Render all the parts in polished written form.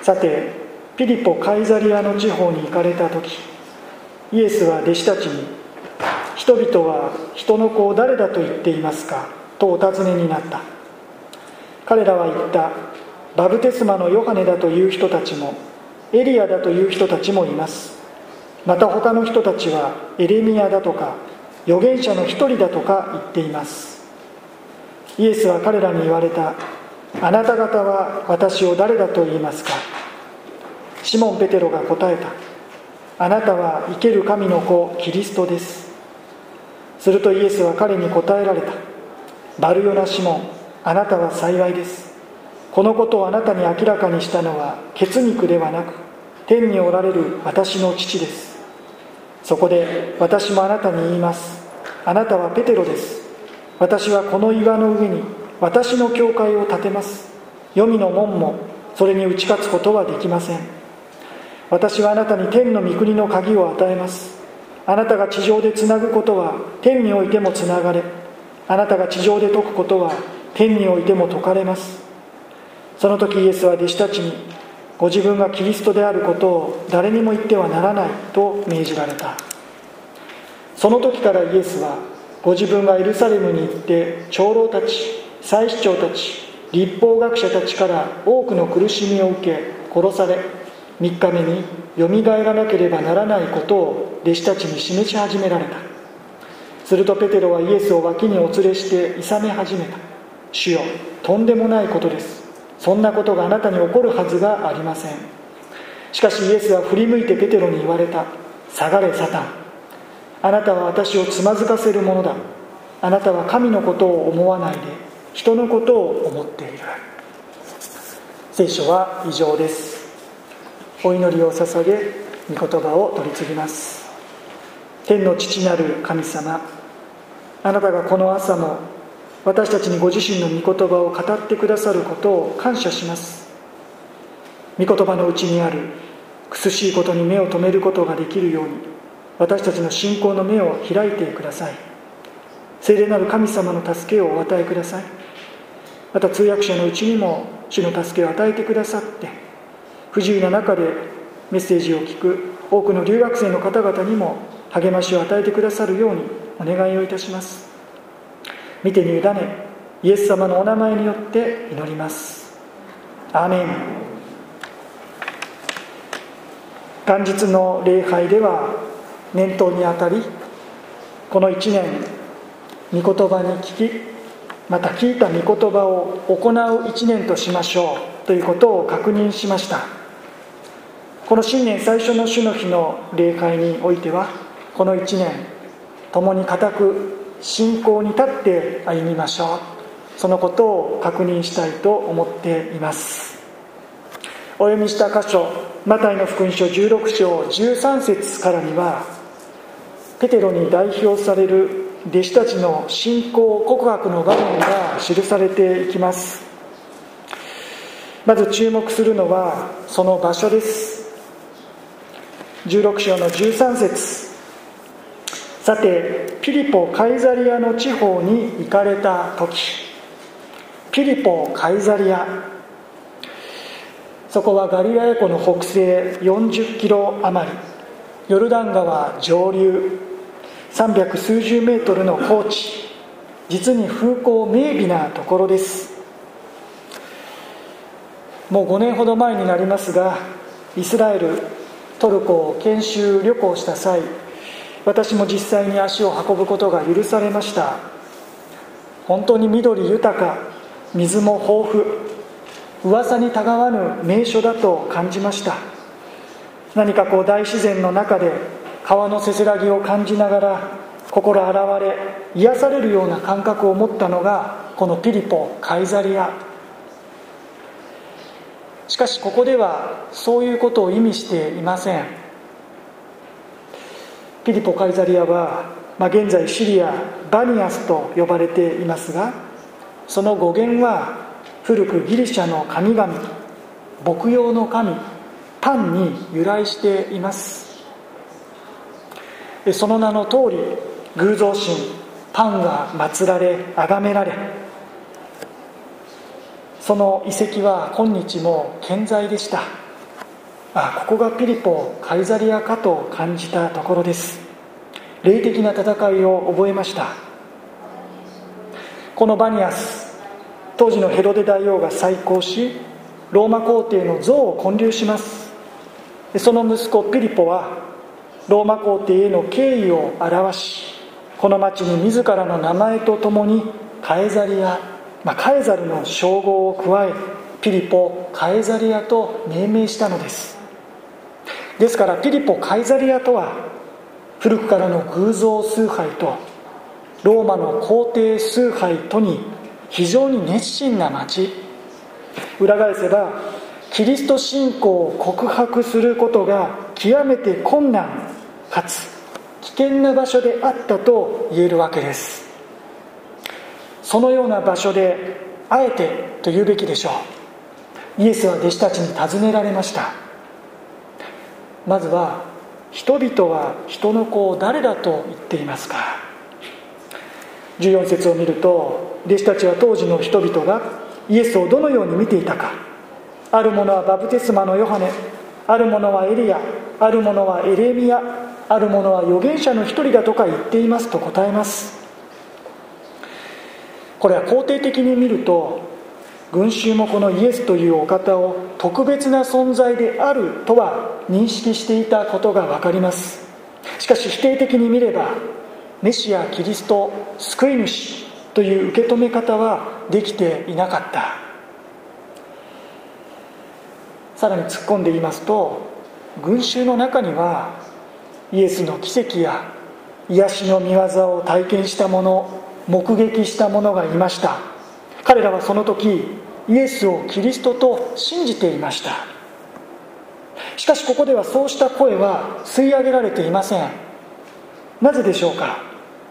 さてピリポ・カイザリアの地方に行かれた時、イエスは弟子たちに、人々は人の子を誰だと言っていますかとお尋ねになった。彼らは言った。バプテスマのヨハネだという人たちも、エリアだという人たちもいます。また他の人たちはエレミヤだとか預言者の一人だとか言っています。イエスは彼らに言われた。あなた方は私を誰だと言いますか。シモン・ペテロが答えた。あなたは生ける神の子キリストです。するとイエスは彼に答えられた。バルヨナ・シモン、あなたは幸いです。このことをあなたに明らかにしたのは血肉ではなく、天におられる私の父です。そこで私もあなたに言います。あなたはペテロです。私はこの岩の上に私の教会を建てます。黄泉の門もそれに打ち勝つことはできません。私はあなたに天の御国の鍵を与えます。あなたが地上でつなぐことは天においてもつながれ、あなたが地上で解くことは天においても解かれます。その時イエスは弟子たちに、ご自分がキリストであることを誰にも言ってはならないと命じられた。その時からイエスはご自分がエルサレムに行って長老たち、祭司長たち、律法学者たちから多くの苦しみを受け殺され、3日目によみがえらなければならないことを弟子たちに示し始められた。するとペテロはイエスを脇にお連れしていさめ始めた。主よ、とんでもないことです。そんなことがあなたに起こるはずがありません。しかしイエスは振り向いてペテロに言われた。下がれサタン。あなたは私をつまずかせるものだ。あなたは神のことを思わないで人のことを思っている。聖書は以上です。お祈りを捧げ、御言葉を取り次ぎます。天の父なる神様、あなたがこの朝も私たちにご自身の御言葉を語ってくださることを感謝します。御言葉のうちにある苦しいことに目を留めることができるように、私たちの信仰の目を開いてください。聖霊なる神様の助けをお与えください。また通訳者のうちにも主の助けを与えてくださって、不自由な中でメッセージを聞く多くの留学生の方々にも励ましを与えてくださるようにお願いをいたします。見てに委ね、イエス様のお名前によって祈ります。アーメン。元日の礼拝では年頭にあたり、この1年御言葉に聞き、また聞いた御言葉を行う1年としましょうということを確認しました。この新年最初の主の日の礼拝においては、この1年共に固く信仰に立って歩みましょう、そのことを確認したいと思っています。お読みした箇所、マタイの福音書16章13節からには、ペテロに代表される弟子たちの信仰告白の場面が記されていきます。まず注目するのはその場所です。16章の13節、さてピリポ・カイザリアの地方に行かれた時。ピリポ・カイザリア、そこはガリラヤ湖の北西40キロ余り、ヨルダン川上流300数十メートルの高地、実に風光明媚なところです。もう5年ほど前になりますが、イスラエル、トルコを研修旅行した際、私も実際に足を運ぶことが許されました。本当に緑豊か、水も豊富、噂にたがわぬ名所だと感じました。何か大自然の中で川のせせらぎを感じながら心洗われ癒されるような感覚を持ったのがこのピリポ・カイザリア。しかしここではそういうことを意味していません。ピリポ・カイザリアは、現在シリアバニアスと呼ばれていますが、その語源は古くギリシャの神々、牧羊の神パンに由来しています。その名の通り、偶像神パンが祀られ崇められ、その遺跡は今日も健在でした。 ここがピリポ・カイザリアかと感じたところです。霊的な戦いを覚えました。このバニアス、当時のヘロデ大王が再興し、ローマ皇帝の像を建立します。その息子ピリポはローマ皇帝への敬意を表し、この町に自らの名前とともにカエザリア、カエザルの称号を加え、ピリポ・カエザリアと命名したのです。ですからピリポ・カイザリアとは、古くからの偶像崇拝とローマの皇帝崇拝とに非常に熱心な町、裏返せばキリスト信仰を告白することが極めて困難かつ危険な場所であったと言えるわけです。そのような場所であえてと言うべきでしょう、イエスは弟子たちに尋ねられました。まずは、人々は人の子を誰だと言っていますか。14節を見ると、弟子たちは当時の人々がイエスをどのように見ていたか。ある者はバプテスマのヨハネ、ある者はエリヤ、ある者はエレミヤ、ある者は預言者の一人だとか言っていますと答えます。これは肯定的に見ると、群衆もこのイエスというお方を特別な存在であるとは認識していたことが分かります。しかし否定的に見れば、メシア、キリスト、救い主という受け止め方はできていなかった。さらに突っ込んで言いますと、群衆の中にはイエスの奇跡や癒しの御業を体験した者、目撃した者がいました。彼らはその時イエスをキリストと信じていました。しかしここではそうした声は吸い上げられていません。なぜでしょうか。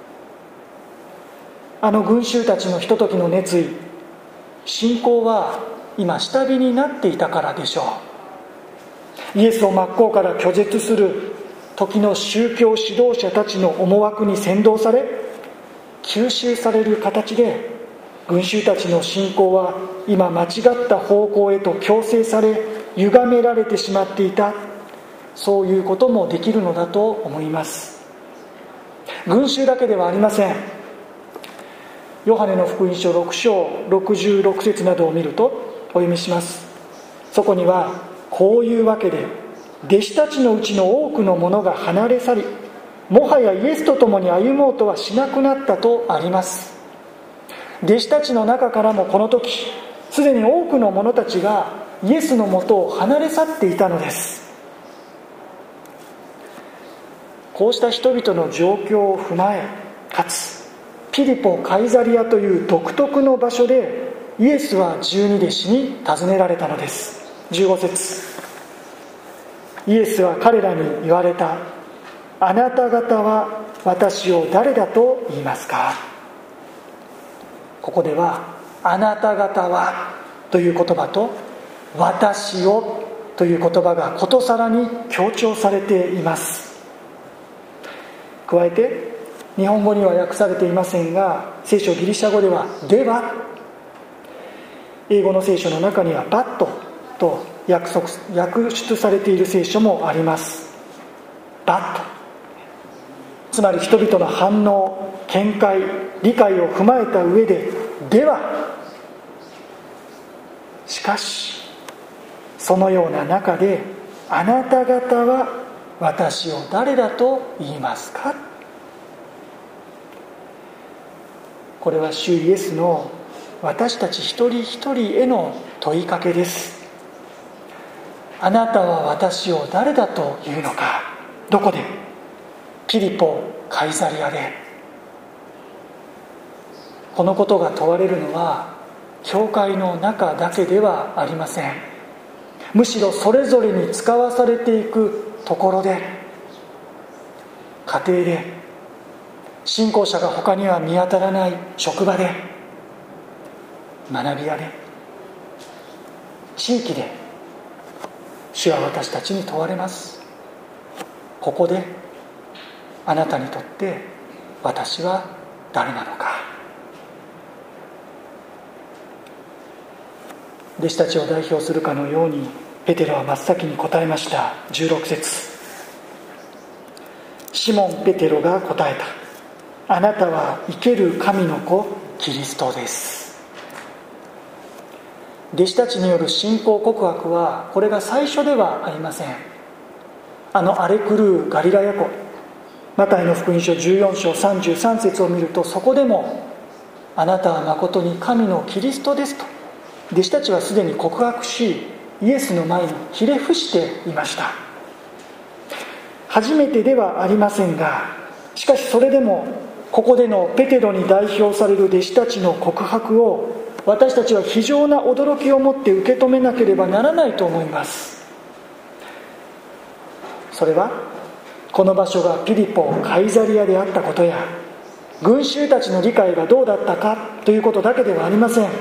あの群衆たちのひとときの熱意、信仰は今下火になっていたからでしょう。イエスを真っ向から拒絶する時の宗教指導者たちの思惑に扇動され、吸収される形で群衆たちの信仰は今間違った方向へと強制され、歪められてしまっていた。そういうこともできるのだと思います。群衆だけではありません。ヨハネの福音書6章66節などを見るとお読みします。そこにはこういうわけで弟子たちのうちの多くの者が離れ去り、もはやイエスと共に歩もうとはしなくなったとあります。弟子たちの中からもこの時すでに多くの者たちがイエスのもとを離れ去っていたのです。こうした人々の状況を踏まえ、かつピリポ・カイザリアという独特の場所でイエスは十二弟子に尋ねられたのです。15節、イエスは彼らに言われた。あなた方は私を誰だと言いますか。ここではあなた方はという言葉と私をという言葉がことさらに強調されています。加えて日本語には訳されていませんが、聖書ギリシャ語ではでは、英語の聖書の中にはバットと訳出されている聖書もあります。バット、つまり人々の反応、見解、理解を踏まえた上ででは、しかしそのような中であなた方は私を誰だと言いますか。これは主イエスの私たち一人一人への問いかけです。あなたは私を誰だと言うのか。どこで？ピリポ・カイザリアで。このことが問われるのは教会の中だけではありません。むしろそれぞれに使わされていくところで、家庭で、信仰者が他には見当たらない職場で、学び屋で、地域で、主は私たちに問われます。ここであなたにとって私は誰なのか。弟子たちを代表するかのようにペテロは真っ先に答えました。16節、シモン・ペテロが答えた。あなたは生ける神の子キリストです。弟子たちによる信仰告白はこれが最初ではありません。荒れ狂うガリラヤ湖、マタイの福音書14章33節を見ると、そこでもあなたは誠に神のキリストですと弟子たちはすでに告白し、イエスの前にひれ伏していました。初めてではありませんが、しかしそれでもここでのペテロに代表される弟子たちの告白を私たちは非常な驚きを持って受け止めなければならないと思います。それはこの場所がピリポ・カイザリアであったことや、群衆たちの理解がどうだったかということだけではありません。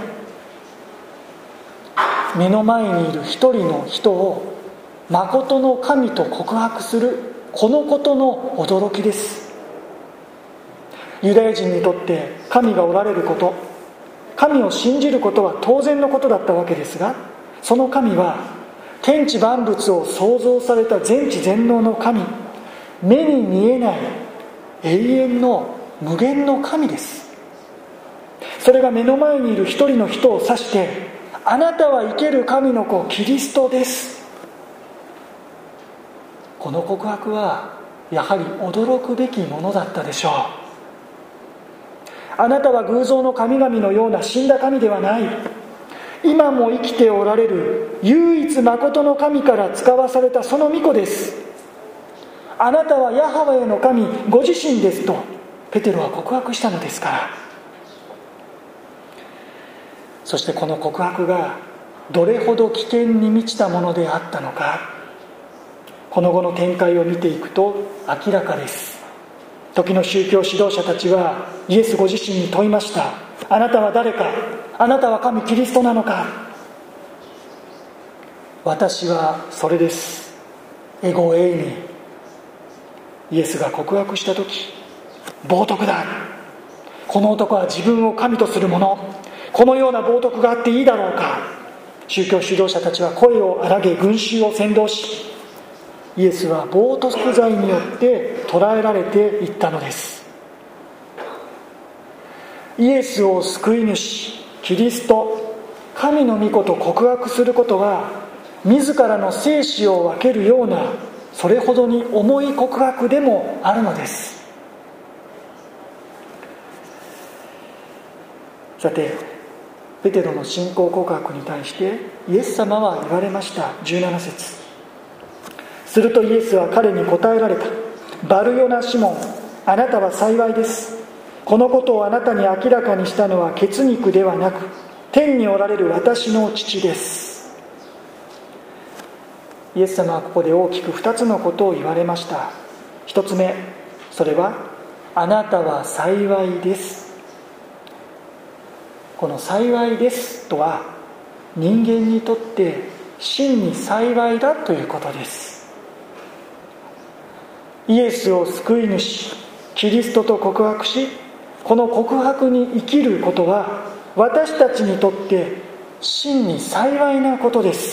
目の前にいる一人の人を誠の神と告白する、このことの驚きです。ユダヤ人にとって神がおられること、神を信じることは当然のことだったわけですが、その神は天地万物を創造された全知全能の神、目に見えない永遠の無限の神です。それが目の前にいる一人の人を指して、あなたは生ける神の子キリストです。この告白はやはり驚くべきものだったでしょう。あなたは偶像の神々のような死んだ神ではない。今も生きておられる唯一誠の神から使わされたその御子です。あなたはヤハウェの神ご自身ですとペテロは告白したのですから。そしてこの告白がどれほど危険に満ちたものであったのか、この後の展開を見ていくと明らかです。時の宗教指導者たちはイエスご自身に問いました。あなたは誰か？あなたは神キリストなのか？私はそれです。エゴエイミ。イエスが告白した時、冒涜だ、この男は自分を神とする者、このような冒涜があっていいだろうか。宗教指導者たちは声を荒げ群衆を扇動し、イエスは冒涜罪によって捕らえられていったのです。イエスを救い主キリスト神の御子と告白することは、自らの生死を分けるようなそれほどに重い告白でもあるのです。さて、ペテロの信仰告白に対してイエス様は言われました。17節、するとイエスは彼に答えられた。バルヨナシモン、あなたは幸いです。このことをあなたに明らかにしたのは血肉ではなく、天におられる私の父です。イエス様はここで大きく2つのことを言われました。1つ目、それはあなたは幸いです。この幸いですとは、人間にとって真に幸いだということです。イエスを救い主キリストと告白し、この告白に生きることは私たちにとって真に幸いなことです。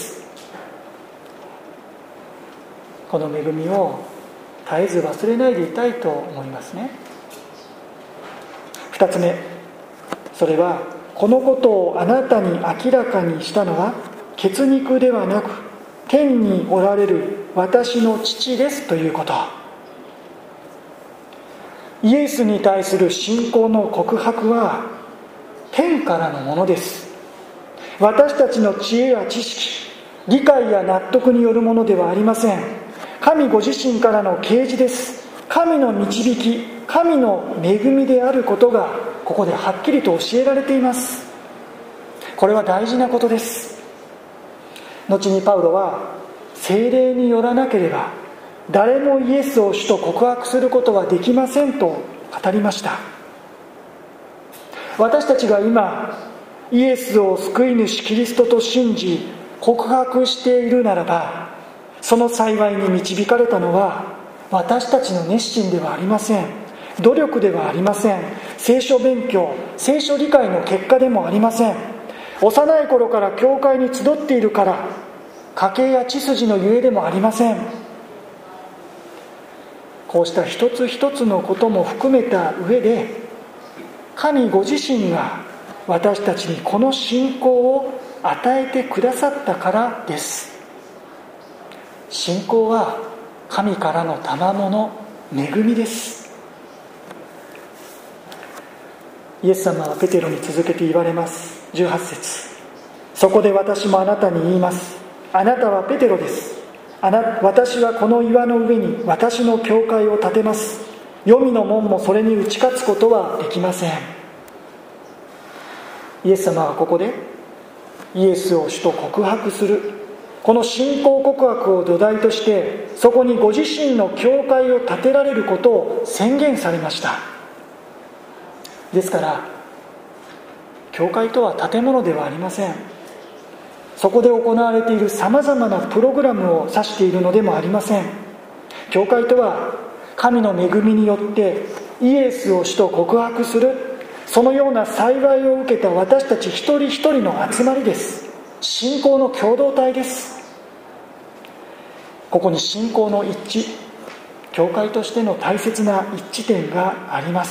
この恵みを絶えず忘れないでいたいと思いますね。2つ目、それはこのことをあなたに明らかにしたのは血肉ではなく、天におられる私の父ですということ。イエスに対する信仰の告白は天からのものです。私たちの知恵や知識、理解や納得によるものではありません。神ご自身からの啓示です。神の導き、神の恵みであることがここではっきりと教えられています。これは大事なことです。後にパウロは、聖霊によらなければ誰もイエスを主と告白することはできませんと語りました。私たちが今イエスを救い主キリストと信じ告白しているならば、その幸いに導かれたのは私たちの熱心ではありません。努力ではありません。聖書勉強、聖書理解の結果でもありません。幼い頃から教会に集っているから家系や血筋のゆえでもありません。こうした一つ一つのことも含めた上で、神ご自身が私たちにこの信仰を与えてくださったからです。信仰は神からの賜物、恵みです。イエス様はペテロに続けて言われます。18節、そこで私もあなたに言います。あなたはペテロです。私はこの岩の上に私の教会を建てます。黄泉の門もそれに打ち勝つことはできません。イエス様はここでイエスを主と告白する、この信仰告白を土台として、そこにご自身の教会を建てられることを宣言されました。ですから教会とは建物ではありません。そこで行われているさまざまなプログラムを指しているのでもありません。教会とは神の恵みによってイエスを主と告白する、そのような幸いを受けた私たち一人一人の集まりです。信仰の共同体です。ここに信仰の一致、教会としての大切な一致点があります。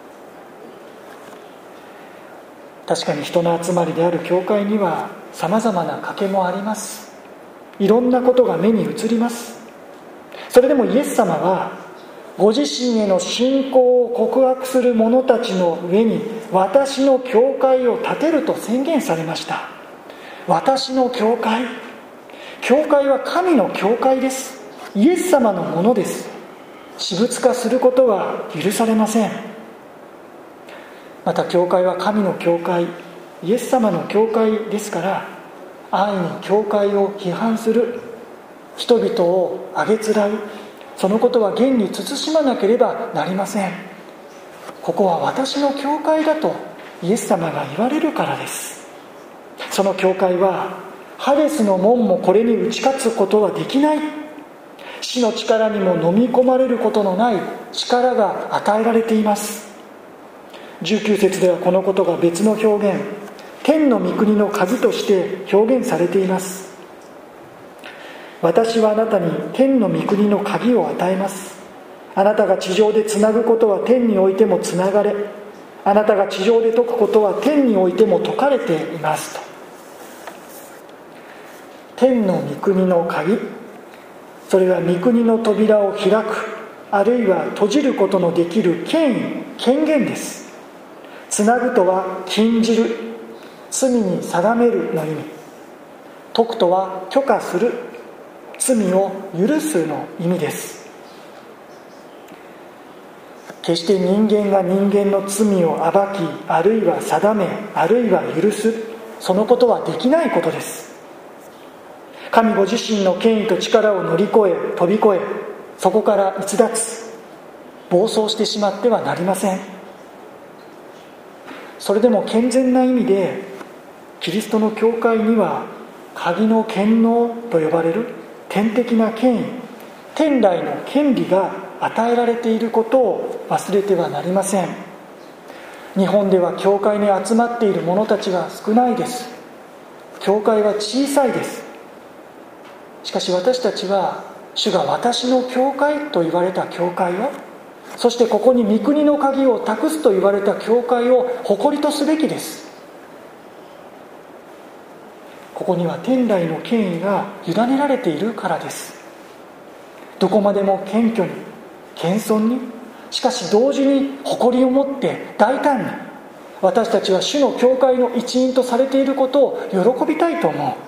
確かに人の集まりである教会にはさまざまな賭けもあります。いろんなことが目に映ります。それでもイエス様はご自身への信仰を告白する者たちの上に私の教会を建てると宣言されました。私の教会、教会は神の教会です。イエス様のものです。私物化することは許されません。また教会は神の教会、イエス様の教会ですから、安易に教会を批判する、人々をあげつらう、そのことは現に慎まなければなりません。ここは私の教会だとイエス様が言われるからです。その教会はハデスの門もこれに打ち勝つことはできない、死の力にも飲み込まれることのない力が与えられています。19節ではこのことが別の表現、天の御国の鍵として表現されています。私はあなたに天の御国の鍵を与えます。あなたが地上でつなぐことは天においてもつながれ、あなたが地上で解くことは天においても解かれていますと。天の御国の鍵、それは御国の扉を開く、あるいは閉じることのできる権威、権限です。つなぐとは禁じる、罪に定めるの意味。解くとは許可する、罪を許すの意味です。決して人間が人間の罪を暴き、あるいは定め、あるいは許す、そのことはできないことです。神ご自身の権威と力を乗り越え、飛び越え、そこから逸脱、暴走してしまってはなりません。それでも健全な意味でキリストの教会には鍵の権能と呼ばれる天的な権威、天来の権利が与えられていることを忘れてはなりません。日本では教会に集まっている者たちが少ないです。教会は小さいです。しかし私たちは主が私の教会と言われた教会を、そしてここに御国の鍵を託すと言われた教会を誇りとすべきです。ここには天来の権威が委ねられているからです。どこまでも謙虚に、謙遜に、しかし同時に誇りを持って大胆に、私たちは主の教会の一員とされていることを喜びたいと思う。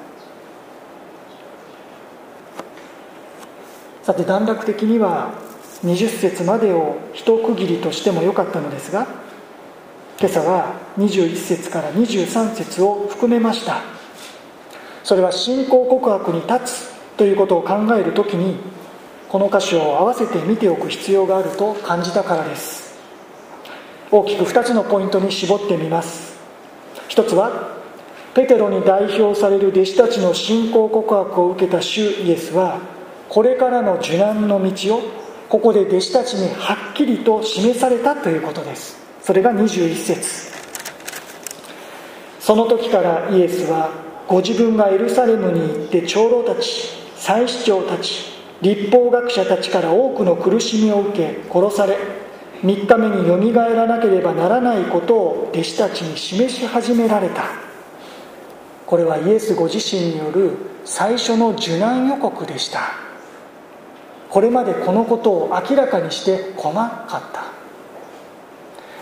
さて、段落的には20節までを一区切りとしてもよかったのですが、今朝は21節から23節を含めました。それは信仰告白に立つということを考えるときに、この箇所を合わせて見ておく必要があると感じたからです。大きく2つのポイントに絞ってみます。一つは、ペテロに代表される弟子たちの信仰告白を受けた主イエスは、これからの受難の道をここで弟子たちにはっきりと示されたということです。それが21節。その時からイエスはご自分がエルサレムに行って長老たち、祭司長たち、律法学者たちから多くの苦しみを受け殺され、3日目によみがえらなければならないことを弟子たちに示し始められた。これはイエスご自身による最初の受難予告でした。これまでこのことを明らかにしてこなかった。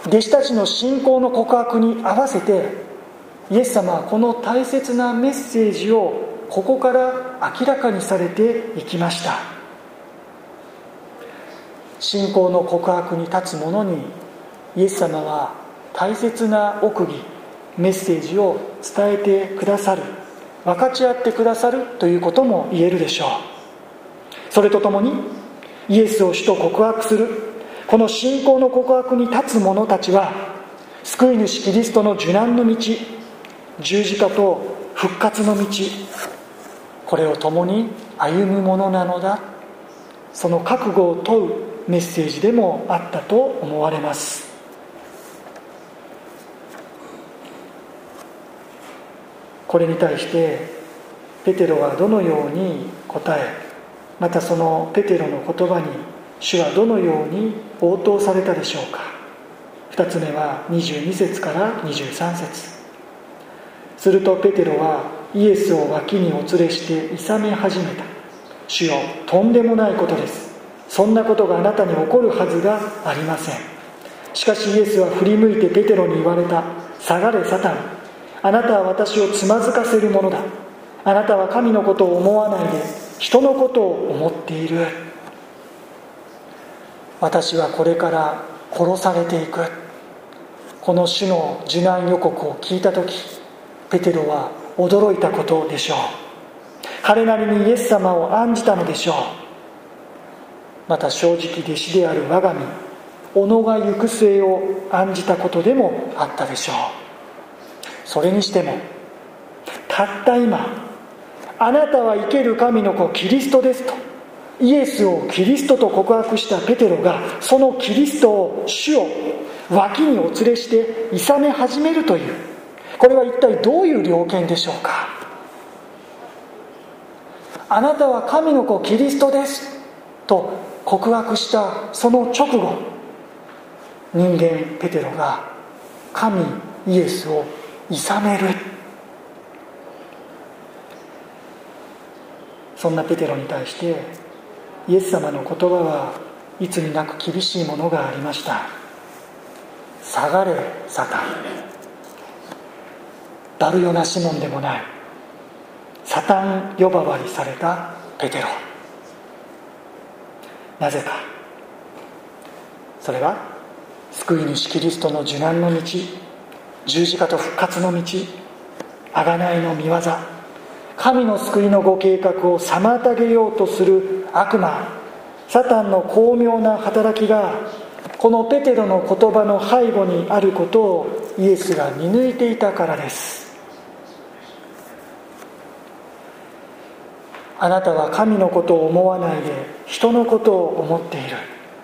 弟子たちの信仰の告白に合わせて、イエス様はこの大切なメッセージをここから明らかにされていきました。信仰の告白に立つ者にイエス様は大切な奥義、メッセージを伝えてくださる、分かち合ってくださるということも言えるでしょう。それとともにイエスを主と告白するこの信仰の告白に立つ者たちは、救い主キリストの受難の道、十字架と復活の道、これを共に歩むものなのだ、その覚悟を問うメッセージでもあったと思われます。これに対してペテロはどのように答え、またそのペテロの言葉に主はどのように応答されたでしょうか。2つ目は22節から23節。するとペテロはイエスを脇にお連れしていさめ始めた。主よ、とんでもないことです。そんなことがあなたに起こるはずがありません。しかしイエスは振り向いてペテロに言われた。下がれサタン、あなたは私をつまずかせるものだ。あなたは神のことを思わないで人のことを思っている。私はこれから殺されていく。この主の受難予告を聞いたとき、ペテロは驚いたことでしょう。彼なりにイエス様を案じたのでしょう。また正直弟子である我が身、己が行く末を案じたことでもあったでしょう。それにしても、たった今、あなたは生ける神の子キリストですとイエスをキリストと告白したペテロが、そのキリストを、主を脇にお連れしていさめ始めるという、これは一体どういう了見でしょうか。あなたは神の子キリストですと告白したその直後、人間ペテロが神イエスをいさめる。そんなペテロに対してイエス様の言葉はいつになく厳しいものがありました。下がれサタン、バルヨナシモンでもない、サタン呼ばわりされたペテロ。なぜか、それは救い主キリストの受難の道、十字架と復活の道、贖いの御業、神の救いのご計画を妨げようとする悪魔サタンの巧妙な働きが、このペテロの言葉の背後にあることをイエスが見抜いていたからです。あなたは神のことを思わないで人のことを思っている。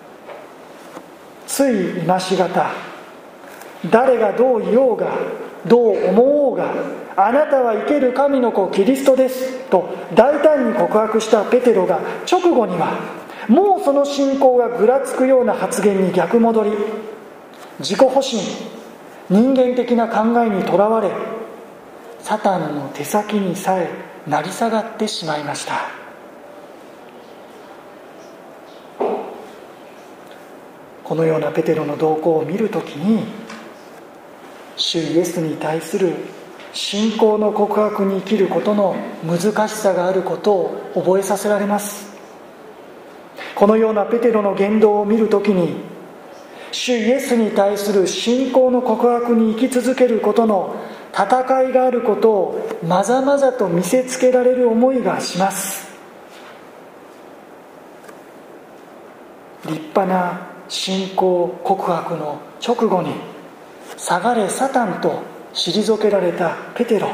つい今しがた、誰がどう言おうがどう思おうが、あなたは生ける神の子キリストですと大胆に告白したペテロが、直後にはもうその信仰がぐらつくような発言に逆戻り、自己保身、人間的な考えにとらわれ、サタンの手先にさえ成り下がってしまいました。このようなペテロの動向を見るときに、主イエスに対する信仰の告白に生きることの難しさがあることを覚えさせられます。このようなペテロの言動を見るときに、主イエスに対する信仰の告白に生き続けることの戦いがあることをまざまざと見せつけられる思いがします。立派な信仰告白の直後に、下がれサタンと退けられたペテロ。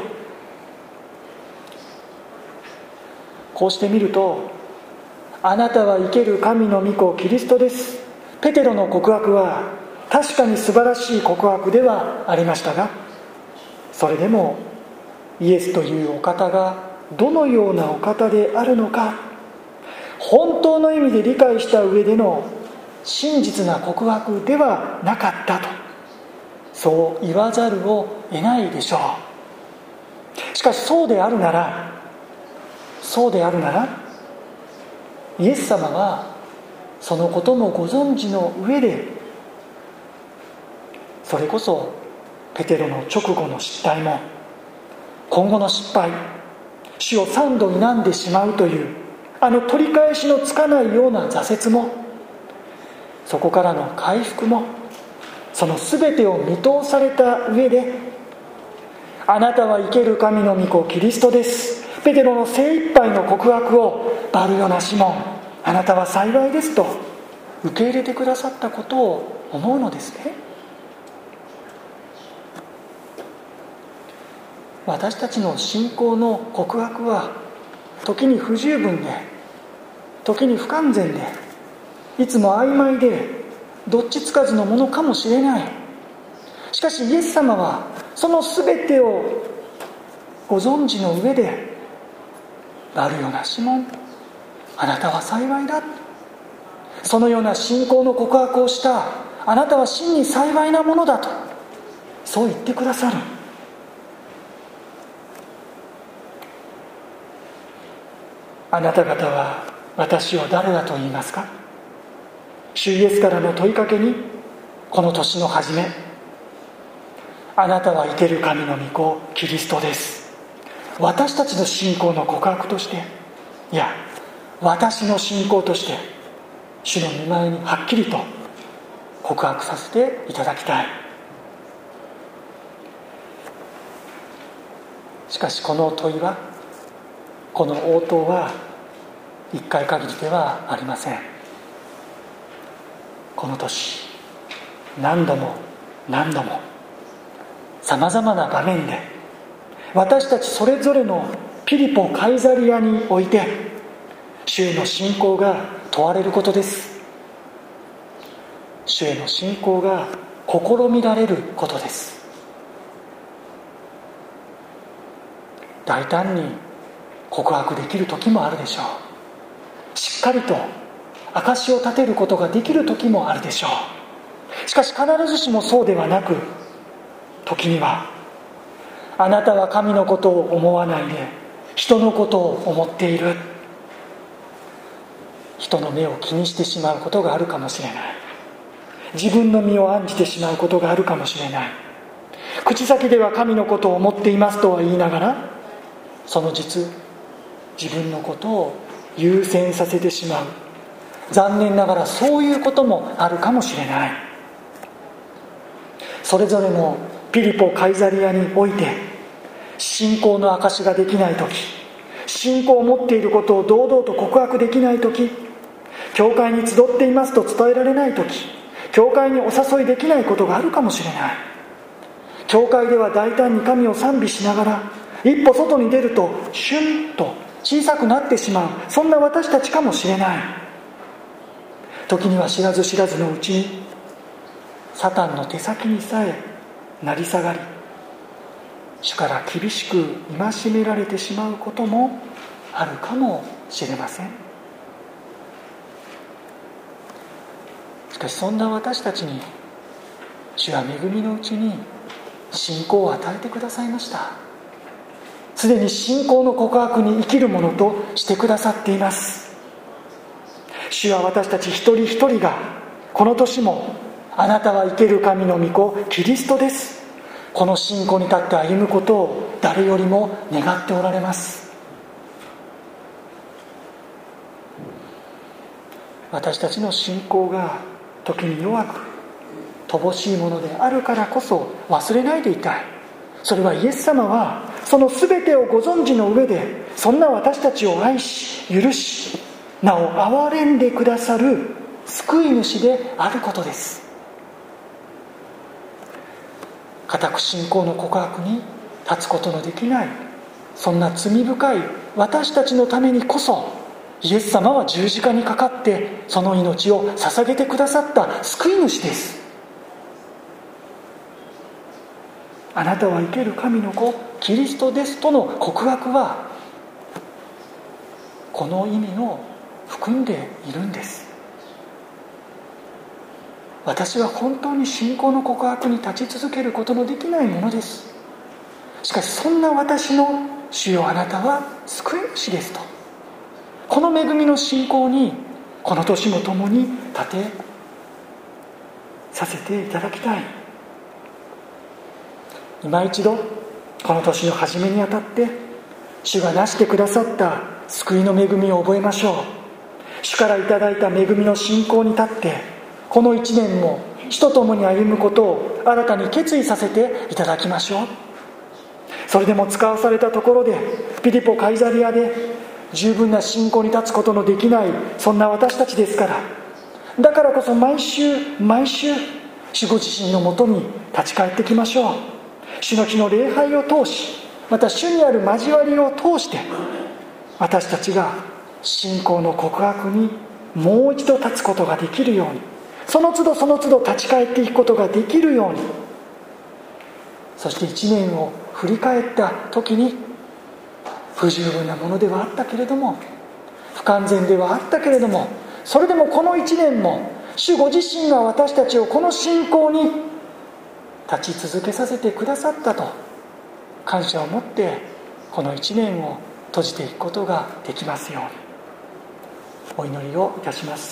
こうして見ると、あなたは生ける神の御子キリストです、ペテロの告白は確かに素晴らしい告白ではありましたが、それでもイエスというお方がどのようなお方であるのか、本当の意味で理解した上での真実な告白ではなかったと、そう言わざるを得ないでしょう。しかしそうであるならイエス様はそのこともご存知の上で、それこそペテロの直後の失態も、今後の失敗、主を3度否んでしまうという取り返しのつかないような挫折も、そこからの回復も、その全てを見通された上で、あなたは生ける神の御子キリストです、ペテロの精一杯の告白をバルヨナシモン、あなたは幸いですと受け入れてくださったことを思うのですね。私たちの信仰の告白は時に不十分で、時に不完全で、いつも曖昧でどっちつかずのものかもしれない。しかしイエス様はその全てをご存知の上で、バルヨナシモン、あなたは幸いだ、そのような信仰の告白をしたあなたは真に幸いなものだと、そう言ってくださる。あなた方は私を誰だと言いますか。主イエスからの問いかけに、この年の初め、あなたは生ける神の御子キリストです、私たちの信仰の告白として、いや私の信仰として主の御前にはっきりと告白させていただきたい。しかしこの問いは、この応答は一回限りではありません。この年何度もさまざまな場面で、私たちそれぞれのピリポ・カイザリアにおいて主への信仰が問われることです。主への信仰が試みられることです。大胆に告白できる時もあるでしょう。しっかりと証を立てることができる時もあるでしょう。しかし必ずしもそうではなく、時にはあなたは神のことを思わないで人のことを思っている、人の目を気にしてしまうことがあるかもしれない、自分の身を案じてしまうことがあるかもしれない、口先では神のことを思っていますとは言いながら、その実自分のことを優先させてしまう、残念ながらそういうこともあるかもしれない。それぞれのピリポ・カイザリアにおいて、信仰の証しができない時、信仰を持っていることを堂々と告白できない時、教会に集っていますと伝えられない時、教会にお誘いできないことがあるかもしれない。教会では大胆に神を賛美しながら、一歩外に出るとシュンと小さくなってしまう、そんな私たちかもしれない。時には知らず知らずのうちにサタンの手先にさえ成り下がり、主から厳しく戒められてしまうこともあるかもしれません。しかしそんな私たちに主は恵みのうちに信仰を与えてくださいました。すでに信仰の告白に生きるものとしてくださっています。主は私たち一人一人がこの年も、あなたは生ける神の御子キリストです、この信仰に立って歩むことを誰よりも願っておられます。私たちの信仰が時に弱く乏しいものであるからこそ忘れないでいたい。それはイエス様はその全てをご存知の上で、そんな私たちを愛し許し、なお憐れんでくださる救い主であることです。固く信仰の告白に立つことのできない、そんな罪深い私たちのためにこそ、イエス様は十字架にかかってその命を捧げてくださった救い主です。あなたは生ける神の子キリストですとの告白はこの意味を含んでいるんです。私は本当に信仰の告白に立ち続けることのできないものです。しかしそんな私の主よ、あなたは救い主ですと、この恵みの信仰にこの年も共に立てさせていただきたい。今一度この年の初めにあたって主がなしてくださった救いの恵みを覚えましょう。主からいただいた恵みの信仰に立ってこの一年も主と共に歩むことを新たに決意させていただきましょう。それでも使わされたところでピリポ・カイザリアで十分な信仰に立つことのできない、そんな私たちですから、だからこそ毎週主ご自身のもとに立ち返ってきましょう。主の日の礼拝を通し、また主にある交わりを通して、私たちが信仰の告白にもう一度立つことができるように、その都度その都度立ち返っていくことができるように、そして一年を振り返った時に、不十分なものではあったけれども、不完全ではあったけれども、それでもこの一年も主ご自身が私たちをこの信仰に立ち続けさせてくださったと感謝を持ってこの一年を閉じていくことができますようにお祈りをいたします。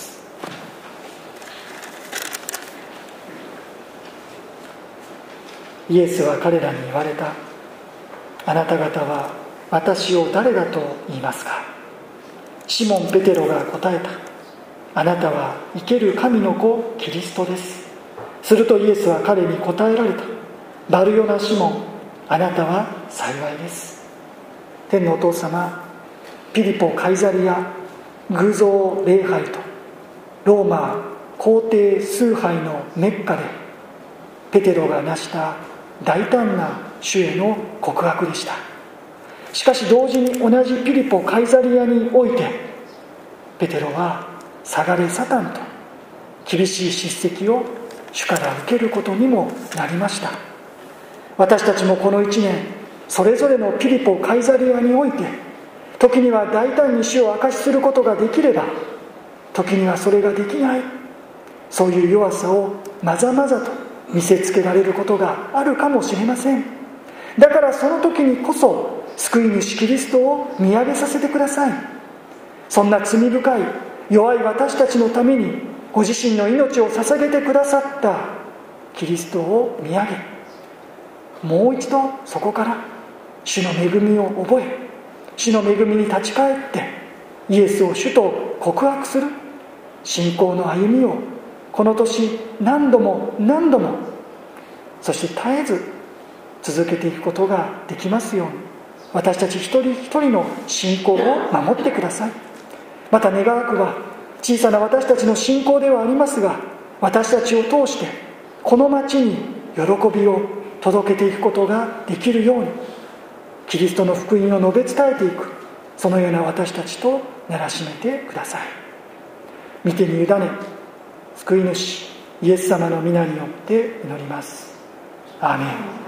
イエスは彼らに言われた。あなた方は私を誰だと言いますか。シモン・ペテロが答えた。あなたは生ける神の子キリストです。するとイエスは彼に答えられた。バルヨナ・シモン、あなたは幸いです。天のお父様、ピリポ・カイザリア偶像礼拝とローマ皇帝崇拝のメッカでペテロが成した大胆な主への告白でした。しかし同時に同じピリポ・カイザリアにおいてペテロは下がれサタンと厳しい叱責を主から受けることにもなりました。私たちもこの一年それぞれのピリポ・カイザリアにおいて時には大胆に主を明かしすることができれば、時にはそれができない、そういう弱さをまざまざと見せつけられることがあるかもしれません。だからその時にこそ救い主キリストを見上げさせてください。そんな罪深い弱い私たちのためにご自身の命を捧げてくださったキリストを見上げ、もう一度そこから主の恵みを覚え、主の恵みに立ち返ってイエスを主と告白する信仰の歩みをこの年何度も何度も、そして絶えず続けていくことができますように、私たち一人一人の信仰を守ってください。また願わくは小さな私たちの信仰ではありますが、私たちを通してこの町に喜びを届けていくことができるように、キリストの福音を述べ伝えていく、そのような私たちとならしめてください。御手に委ね、救い主イエス様の皆によって祈ります。アーメン。